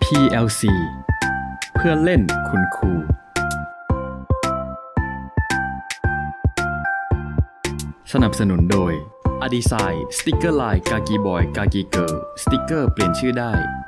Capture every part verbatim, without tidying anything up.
พี แอล ซี เพื่อนเล่นคุณครูสนับสนุนโดย Adisign สติกเกอร์ลายกากีบอยกากีเกิร์ลสติกเกอร์เปลี่ยนชื่อได้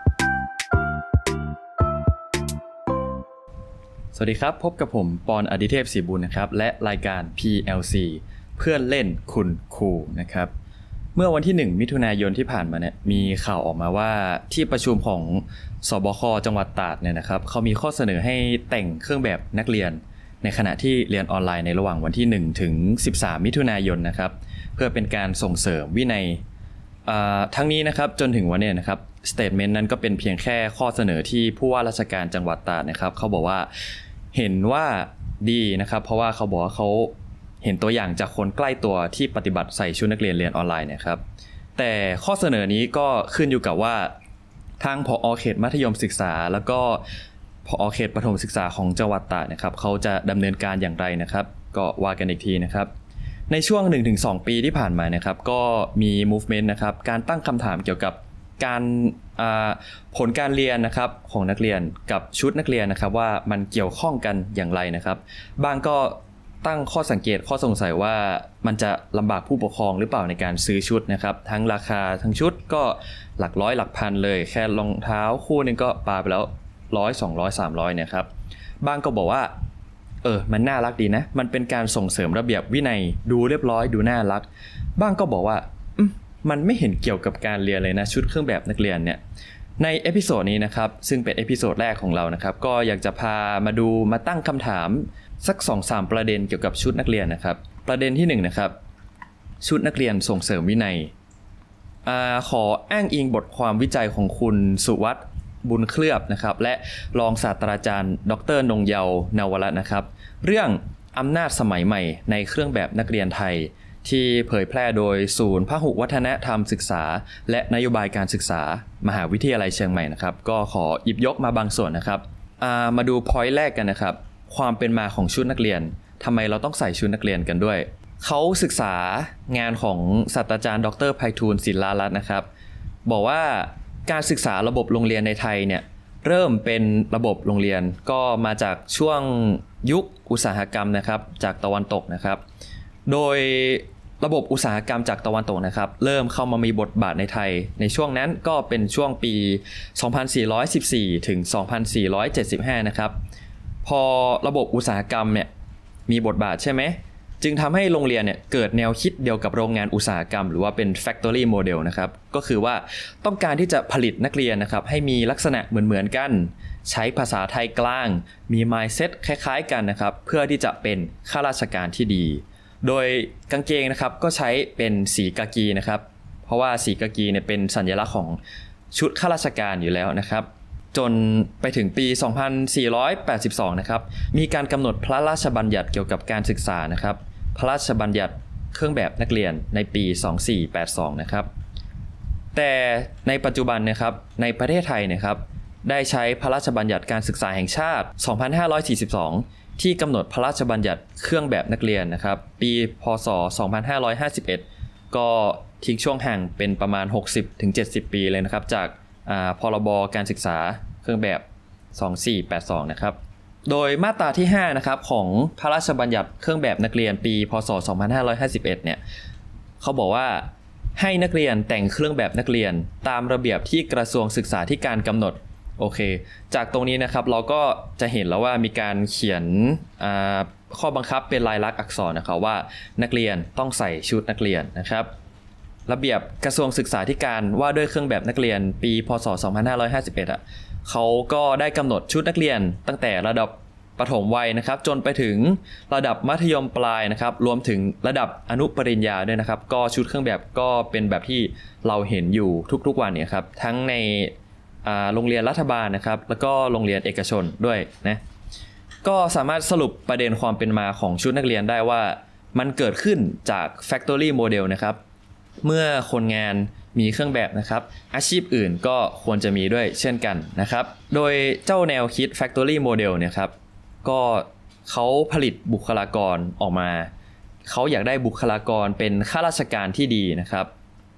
สวัสดีครับพบกับผมปอนอดิเทพศรีบุญนะครับและรายการ พี แอล ซี เพื่อนเล่นคุณครูนะครับเมื่อวันที่หนึ่งมิถุนายนที่ผ่านมาเนี่ยมีข่าวออกมาว่าที่ประชุมของสบคจังหวัดตราดเนี่ยนะครับเขามีข้อเสนอให้แต่งเครื่องแบบนักเรียนในขณะที่เรียนออนไลน์ในระหว่างวันที่หนึ่งถึงสิบสามมิถุนายนนะครับเพื่อเป็นการส่งเสริมวินัยทั้งนี้นะครับจนถึงวันนี้นะครับสเตทเมนต์นั้นก็เป็นเพียงแค่ข้อเสนอที่ผู้ว่าราชการจังหวัดตราดนะครับเขาบอกว่าเห็นว่าดีนะครับเพราะว่าเขาบอกว่าเขาเห็นตัวอย่างจากคนใกล้ตัวที่ปฏิบัติใส่ชุดนักเรียนเรียนออนไลน์นะครับแต่ข้อเสนอนี้ก็ขึ้นอยู่กับว่าทางผอ.เขตมัธยมศึกษาแล้วก็ผอ.เขตประถมศึกษาของจังหวัดตราดนะครับเขาจะดำเนินการอย่างไรนะครับก็ว่ากันอีกทีนะครับในช่วง หนึ่งถึงสอง ปีที่ผ่านมานะครับก็มี movement นะครับการตั้งคำถามเกี่ยวกับการผลการเรียนนะครับของนักเรียนกับชุดนักเรียนนะครับว่ามันเกี่ยวข้องกันอย่างไรนะครับบางก็ตั้งข้อสังเกตข้อสงสัยว่ามันจะลำบากผู้ปกครองหรือเปล่าในการซื้อชุดนะครับทั้งราคาทั้งชุดก็หลักร้อยหลักพันเลยแค่รองเท้าคู่นึงก็ปาไปแล้วร้อยสองร้อยสามร้อยเนี่ยครับบางก็บอกว่าเออมันน่ารักดีนะมันเป็นการส่งเสริมระเบียบวินัยดูเรียบร้อยดูน่ารักบ้างก็บอกว่ามันไม่เห็นเกี่ยวกับการเรียนเลยนะชุดเครื่องแบบนักเรียนเนี่ยในเอพิโซดนี้นะครับซึ่งเป็นเอพิโซดแรกของเรานะครับก็อยากจะพามาดูมาตั้งคำถามสัก สองถึงสาม ประเด็นเกี่ยวกับชุดนักเรียนนะครับประเด็นที่หนึ่งนะครับชุดนักเรียนส่งเสริมวินัยอ่าขออ้างอิงบทความวิจัยของคุณสุวัฒน์บุญเคลือบนะครับและรองศาสตราจารย์ดร.นงเยาว์นวรัตน์นะครับเรื่องอำนาจสมัยใหม่ในเครื่องแบบนักเรียนไทยที่เผยแพร่โดยศูนย์พหุวัฒนธรรมศึกษาและนโยบายการศึกษามหาวิทยาลัยเชียงใหม่นะครับก็ขอหยิบยกมาบางส่วนนะครับมาดู point แรกกันนะครับความเป็นมาของชุดนักเรียนทำไมเราต้องใส่ชุดนักเรียนกันด้วยเขาศึกษางานของศาสตราจารย์ดร.ไพฑูรย์ศิลารัตน์นะครับบอกว่าการศึกษาระบบโรงเรียนในไทยเนี่ยเริ่มเป็นระบบโรงเรียนก็มาจากช่วงยุคอุตสาหกรรมนะครับจากตะวันตกนะครับโดยระบบอุตสาหกรรมจากตะวันตกนะครับเริ่มเข้ามามีบทบาทในไทยในช่วงนั้นก็เป็นช่วงปีสองพันสี่ร้อยสิบสี่ถึงสองพันสี่ร้อยเจ็ดสิบห้านะครับพอระบบอุตสาหกรรมเนี่ยมีบทบาทใช่ไหมจึงทำให้โรงเรียนเนี่ยเกิดแนวคิดเดียวกับโรงงานอุตสาหกรรมหรือว่าเป็น factory model นะครับก็คือว่าต้องการที่จะผลิตนักเรียนนะครับให้มีลักษณะเหมือนๆกันใช้ภาษาไทยกลางมี mindset คล้ายๆกันนะครับเพื่อที่จะเป็นข้าราชการที่ดีโดยกางเกงนะครับก็ใช้เป็นสีกากีนะครับเพราะว่าสีกากีเนี่ยเป็นสัญลักษณ์ของชุดข้าราชการอยู่แล้วนะครับจนไปถึงปีสองพันสี่ร้อยแปดสิบสองนะครับมีการกำหนดพระราชบัญญัติเกี่ยวกับการศึกษานะครับพระราชบัญญัติเครื่องแบบนักเรียนในปีสองพันสี่ร้อยแปดสิบสองนะครับแต่ในปัจจุบันนะครับในประเทศไทยนะครับได้ใช้พระราชบัญญัติการศึกษาแห่งชาติสองพันห้าร้อยสี่สิบสองที่กำหนดพระราชบัญญัติเครื่องแบบนักเรียนนะครับปีพ.ศ. สองพันห้าร้อยห้าสิบเอ็ดก็ทิ้งช่วงห่างเป็นประมาณ หกสิบถึงเจ็ดสิบ ปีเลยนะครับจากพรบการศึกษาเครื่องแบบสองพันสี่ร้อยแปดสิบสองนะครับโดยมาตราที่ห้านะครับของพระราชบัญญัติเครื่องแบบนักเรียนปีพ.ศ. สองพันห้าร้อยห้าสิบเอ็ดเนี่ยเขาบอกว่าให้นักเรียนแต่งเครื่องแบบนักเรียนตามระเบียบที่กระทรวงศึกษาธิการกำหนดโอเคจากตรงนี้นะครับเราก็จะเห็นแล้วว่ามีการเขียนข้อบังคับเป็นลายลักษณ์อักษรนะครับว่านักเรียนต้องใส่ชุดนักเรียนนะครับระเบียบกระทรวงศึกษาธิการว่าด้วยเครื่องแบบนักเรียนปีพ.ศ. สองพันห้าร้อยห้าสิบเอ็ดอ่ะเขาก็ได้กำหนดชุดนักเรียนตั้งแต่ระดับประถมวัยนะครับจนไปถึงระดับมัธยมปลายนะครับรวมถึงระดับอนุปริญญาด้วยนะครับก็ชุดเครื่องแบบก็เป็นแบบที่เราเห็นอยู่ทุกๆวันเนี่ยครับทั้งในโรงเรียนรัฐบาลนะครับแล้วก็โรงเรียนเอกชนด้วยนะก็สามารถสรุปประเด็นความเป็นมาของชุดนักเรียนได้ว่ามันเกิดขึ้นจาก factory model นะครับเมื่อคนงานมีเครื่องแบบนะครับอาชีพอื่นก็ควรจะมีด้วยเช่นกันนะครับโดยเจ้าแนวคิด factory model เนี่ยครับก็เขาผลิตบุคลากรออกมาเขาอยากได้บุคลากรเป็นข้าราชการที่ดีนะครับ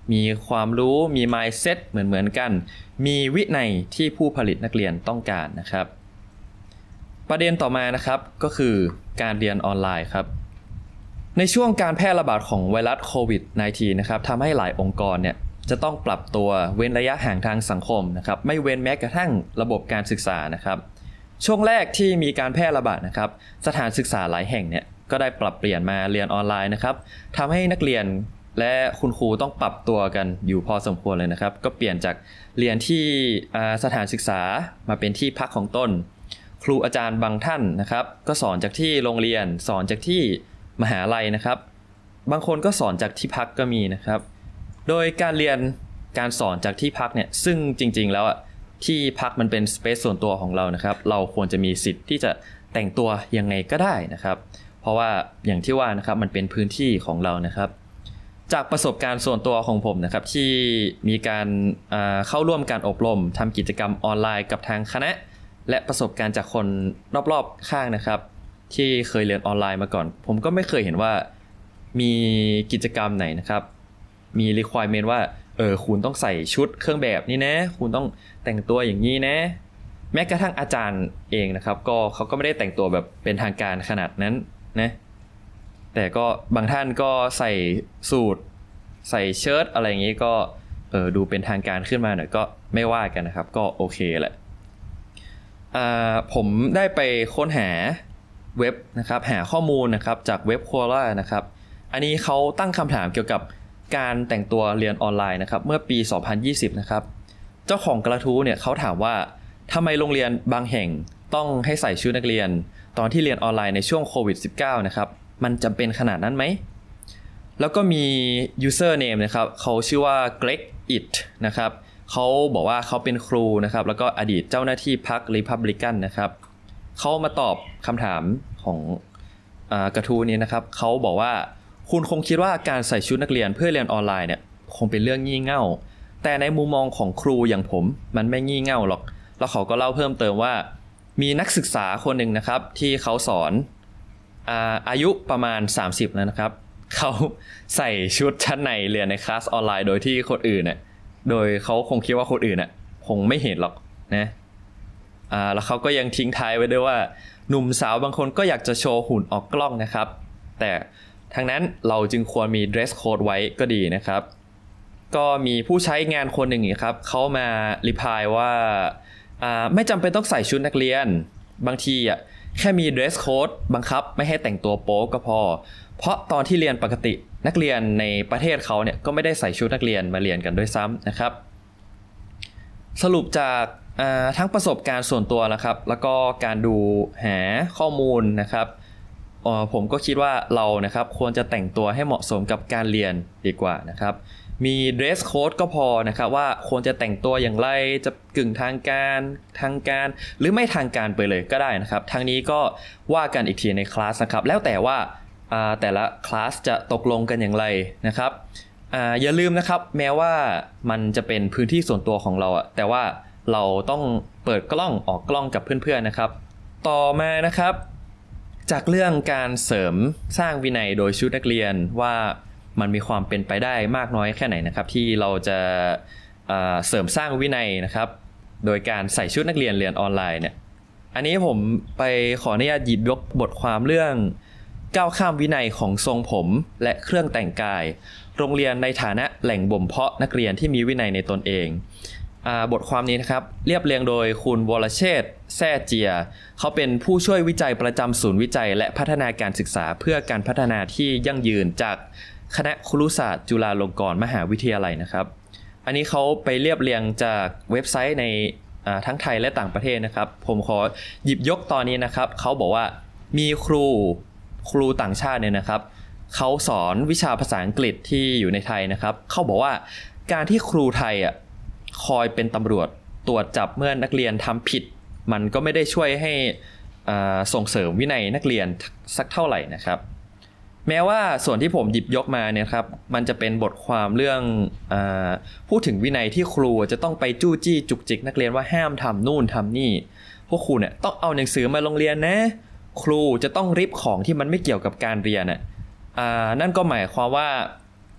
มีความรู้มี mindset เหมือนๆกันมีวินัยที่ผู้ผลิตนักเรียนต้องการนะครับประเด็นต่อมานะครับก็คือการเรียนออนไลน์ครับในช่วงการแพร่ระบาดของไวรัสโควิด สิบเก้า นะครับทำให้หลายองค์กรเนี่ยจะต้องปรับตัวเว้นระยะห่างทางสังคมนะครับไม่เว้นแม้กระทั่งระบบการศึกษานะครับช่วงแรกที่มีการแพร่ระบาดนะครับสถานศึกษาหลายแห่งเนี่ยก็ได้ปรับเปลี่ยนมาเรียนออนไลน์นะครับทำให้นักเรียนและคุณครูต้องปรับตัวกันอยู่พอสมควรเลยนะครับก็เปลี่ยนจากเรียนที่สถานศึกษามาเป็นที่พักของตนครูอาจารย์บางท่านนะครับก็สอนจากที่โรงเรียนสอนจากที่มหาลัยนะครับบางคนก็สอนจากที่พักก็มีนะครับโดยการเรียนการสอนจากที่พักเนี่ยซึ่งจริงๆแล้วอ่ะที่พักมันเป็นสเปซส่วนตัวของเรานะครับเราควรจะมีสิทธิ์ที่จะแต่งตัวยังไงก็ได้นะครับเพราะว่าอย่างที่ว่านะครับมันเป็นพื้นที่ของเรานะครับจากประสบการณ์ส่วนตัวของผมนะครับที่มีการเข้าร่วมการอบรมทำกิจกรรมออนไลน์กับทางคณะและประสบการณ์จากคนรอบๆข้างนะครับที่เคยเรียนออนไลน์มาก่อนผมก็ไม่เคยเห็นว่ามีกิจกรรมไหนนะครับมี requirement ว่าเออคุณต้องใส่ชุดเครื่องแบบนี้นะคุณต้องแต่งตัวอย่างนี้นะแม้กระทั่งอาจารย์เองนะครับก็เขาก็ไม่ได้แต่งตัวแบบเป็นทางการขนาดนั้นนะแต่ก็บางท่านก็ใส่สูทใส่เชิ้ตอะไรอย่างนี้ก็เออดูเป็นทางการขึ้นมาหน่อยก็ไม่ว่ากันนะครับก็โอเคแหละอ่าผมได้ไปค้นหาเว็บนะครับหาข้อมูลนะครับจากเว็บ Quora นะครับอันนี้เขาตั้งคำถามเกี่ยวกับการแต่งตัวเรียนออนไลน์นะครับเมื่อปีสองพันยี่สิบนะครับเจ้าของกระทู้เนี่ยเขาถามว่าทำไมโรงเรียนบางแห่งต้องให้ใส่ชุดนักเรียนตอนที่เรียนออนไลน์ในช่วงโควิด สิบเก้า นะครับมันจำเป็นขนาดนั้นไหมแล้วก็มี user name นะครับเขาชื่อว่า Greg It นะครับเขาบอกว่าเขาเป็นครูนะครับแล้วก็อดีตเจ้าหน้าที่พรรค Republican นะครับเขามาตอบคำถามของอ่ากระทู้นี้นะครับเขาบอกว่าคุณคงคิดว่าการใส่ชุดนักเรียนเพื่อเรียนออนไลน์เนี่ยคงเป็นเรื่องงี่เง่าแต่ในมุมมองของครูอย่างผมมันไม่งี่เง่าหรอกแล้วเขาก็เล่าเพิ่มเติมว่ามีนักศึกษาคนหนึ่งนะครับที่เขาสอนอ่าอายุประมาณสามสิบแล้วนะครับเขาใส่ชุดชั้นในเรียนในคลาสออนไลน์โดยที่คนอื่นเนี่ยโดยเขาคงคิดว่าคนอื่นน่ะคงไม่เห็นหรอกนะอ่าแล้วเขาก็ยังทิ้งท้ายไว้ด้วยว่าหนุ่มสาวบางคนก็อยากจะโชว์หุ่นออกกล้องนะครับแต่ทั้งนั้นเราจึงควรมี dress code ไว้ก็ดีนะครับก็มีผู้ใช้งานคนหนึ่งครับเขามารีพลายว่าอ่าไม่จำเป็นต้องใส่ชุดนักเรียนบางทีอ่ะแค่มี dress code บังคับไม่ให้แต่งตัวโป๊ก็พอเพราะตอนที่เรียนปกตินักเรียนในประเทศเขาเนี่ยก็ไม่ได้ใส่ชุดนักเรียนมาเรียนกันด้วยซ้ำนะครับสรุปจากทั้งประสบการณ์ส่วนตัวนะครับแล้วก็การดูหาข้อมูลนะครับผมก็คิดว่าเรานะครับควรจะแต่งตัวให้เหมาะสมกับการเรียนดีกว่านะครับมี dress code ก็พอนะครับว่าควรจะแต่งตัวอย่างไรจะกึ่งทางการทางการหรือไม่ทางการไปเลยก็ได้นะครับทางนี้ก็ว่ากันอีกทีในคลาสนะครับแล้วแต่ว่าแต่ละคลาสจะตกลงกันอย่างไรนะครับอ่าอย่าลืมนะครับแม้ว่ามันจะเป็นพื้นที่ส่วนตัวของเราอะแต่ว่าเราต้องเปิดกล้องออกกล้องกับเพื่อนๆนะครับต่อมานะครับจากเรื่องการเสริมสร้างวินัยโดยชุดนักเรียนว่ามันมีความเป็นไปได้มากน้อยแค่ไหนนะครับที่เราจะเสริมสร้างวินัยนะครับโดยการใส่ชุดนักเรียนเรียนออนไลน์เนี่ยอันนี้ผมไปขออนุญาตหยิบยกบทความเรื่องก้าวข้ามวินัยของทรงผมและเครื่องแต่งกายโรงเรียนในฐานะแหล่งบ่มเพาะนักเรียนที่มีวินัยในตนเองบทความนี้นะครับเรียบเรียงโดยคุณวรเชษฐ์แซ่เจียเขาเป็นผู้ช่วยวิจัยประจำศูนย์วิจัยและพัฒนาการศึกษาเพื่อการพัฒนาที่ยั่งยืนจากคณะครุศาสตร์จุฬาลงกรณ์มหาวิทยาลัยนะครับอันนี้เขาไปเรียบเรียงจากเว็บไซต์ในทั้งไทยและต่างประเทศนะครับผมขอหยิบยกตอนนี้นะครับเขาบอกว่ามีครูครูต่างชาติเนี่ยนะครับเขาสอนวิชาภาษาอังกฤษที่อยู่ในไทยนะครับเขาบอกว่าการที่ครูไทยอ่ะคอยเป็นตำรวจตรวจจับเมื่อนักเรียนทำผิดมันก็ไม่ได้ช่วยให้ส่งเสริมวินัยนักเรียนสักเท่าไหร่นะครับแม้ว่าส่วนที่ผมหยิบยกมาเนี่ยครับมันจะเป็นบทความเรื่องอ่าพูดถึงวินัยที่ครูจะต้องไปจู้จี้จุกจิกนักเรียนว่าห้ามทำนู่นทำนี่พวกครูเนี่ยต้องเอาหนังสือมาโรงเรียนนะครูจะต้องริบของที่มันไม่เกี่ยวกับการเรียนน่ะอ่านั่นก็หมายความว่า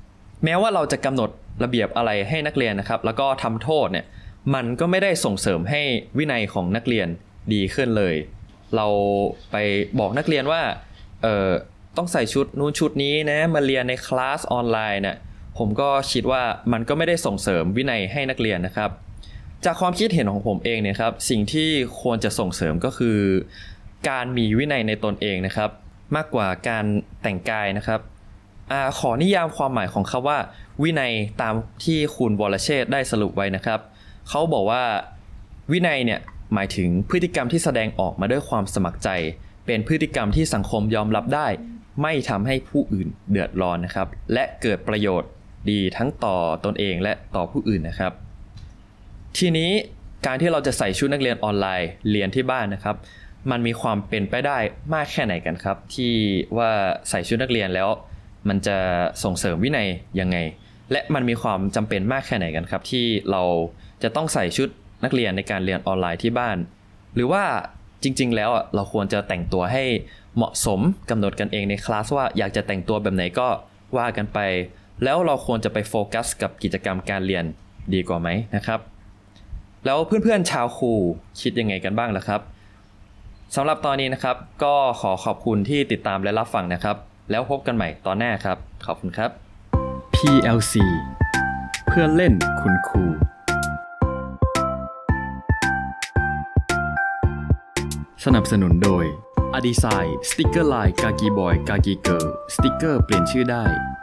แม้ว่าเราจะกำหนดระเบียบอะไรให้นักเรียนนะครับแล้วก็ทำโทษเนี่ยมันก็ไม่ได้ส่งเสริมให้วินัยของนักเรียนดีขึ้นเลยเราไปบอกนักเรียนว่าเอ่อต้องใส่ชุดนู้นชุดนี้นะมาเรียนในคลาสออนไลน์เนี่ยผมก็คิดว่ามันก็ไม่ได้ส่งเสริมวินัยให้นักเรียนนะครับจากความคิดเห็นของผมเองเนี่ยครับสิ่งที่ควรจะส่งเสริมก็คือการมีวินัยในตนเองนะครับมากกว่าการแต่งกายนะครับอ่าขอนิยามความหมายของคำว่าวินัยตามที่คุณวรเชษฐ์ได้สรุปไว้นะครับเขาบอกว่าวินัยเนี่ยหมายถึงพฤติกรรมที่แสดงออกมาด้วยความสมัครใจเป็นพฤติกรรมที่สังคมยอมรับได้ไม่ทำให้ผู้อื่นเดือดร้อนนะครับและเกิดประโยชน์ดีทั้งต่อตนเองและต่อผู้อื่นนะครับทีนี้การที่เราจะใส่ชุดนักเรียนออนไลน์เรียนที่บ้านนะครับมันมีความเป็นไปได้มากแค่ไหนกันครับที่ว่าใส่ชุดนักเรียนแล้วมันจะส่งเสริมวินัยยังไงและมันมีความจำเป็นมากแค่ไหนกันครับที่เราจะต้องใส่ชุดนักเรียนในการเรียนออนไลน์ที่บ้านหรือว่าจริงๆแล้วเราควรจะแต่งตัวให้เหมาะสมกำหนดกันเองในคลาสว่าอยากจะแต่งตัวแบบไหนก็ว่ากันไปแล้วเราควรจะไปโฟกัสกับกิจกรรมการเรียนดีกว่าไหมนะครับแล้วเพื่อนๆชาวครูคิดยังไงกันบ้างล่ะครับสำหรับตอนนี้นะครับก็ขอขอบคุณที่ติดตามและรับฟังนะครับแล้วพบกันใหม่ตอนหน้าครับขอบคุณครับ พี แอล ซี เพื่อนเล่นคุณครูสนับสนุนโดย Adisign สติกเกอร์ลายกากีบอยกากีเกิร์ลสติกเกอร์เปลี่ยนชื่อได้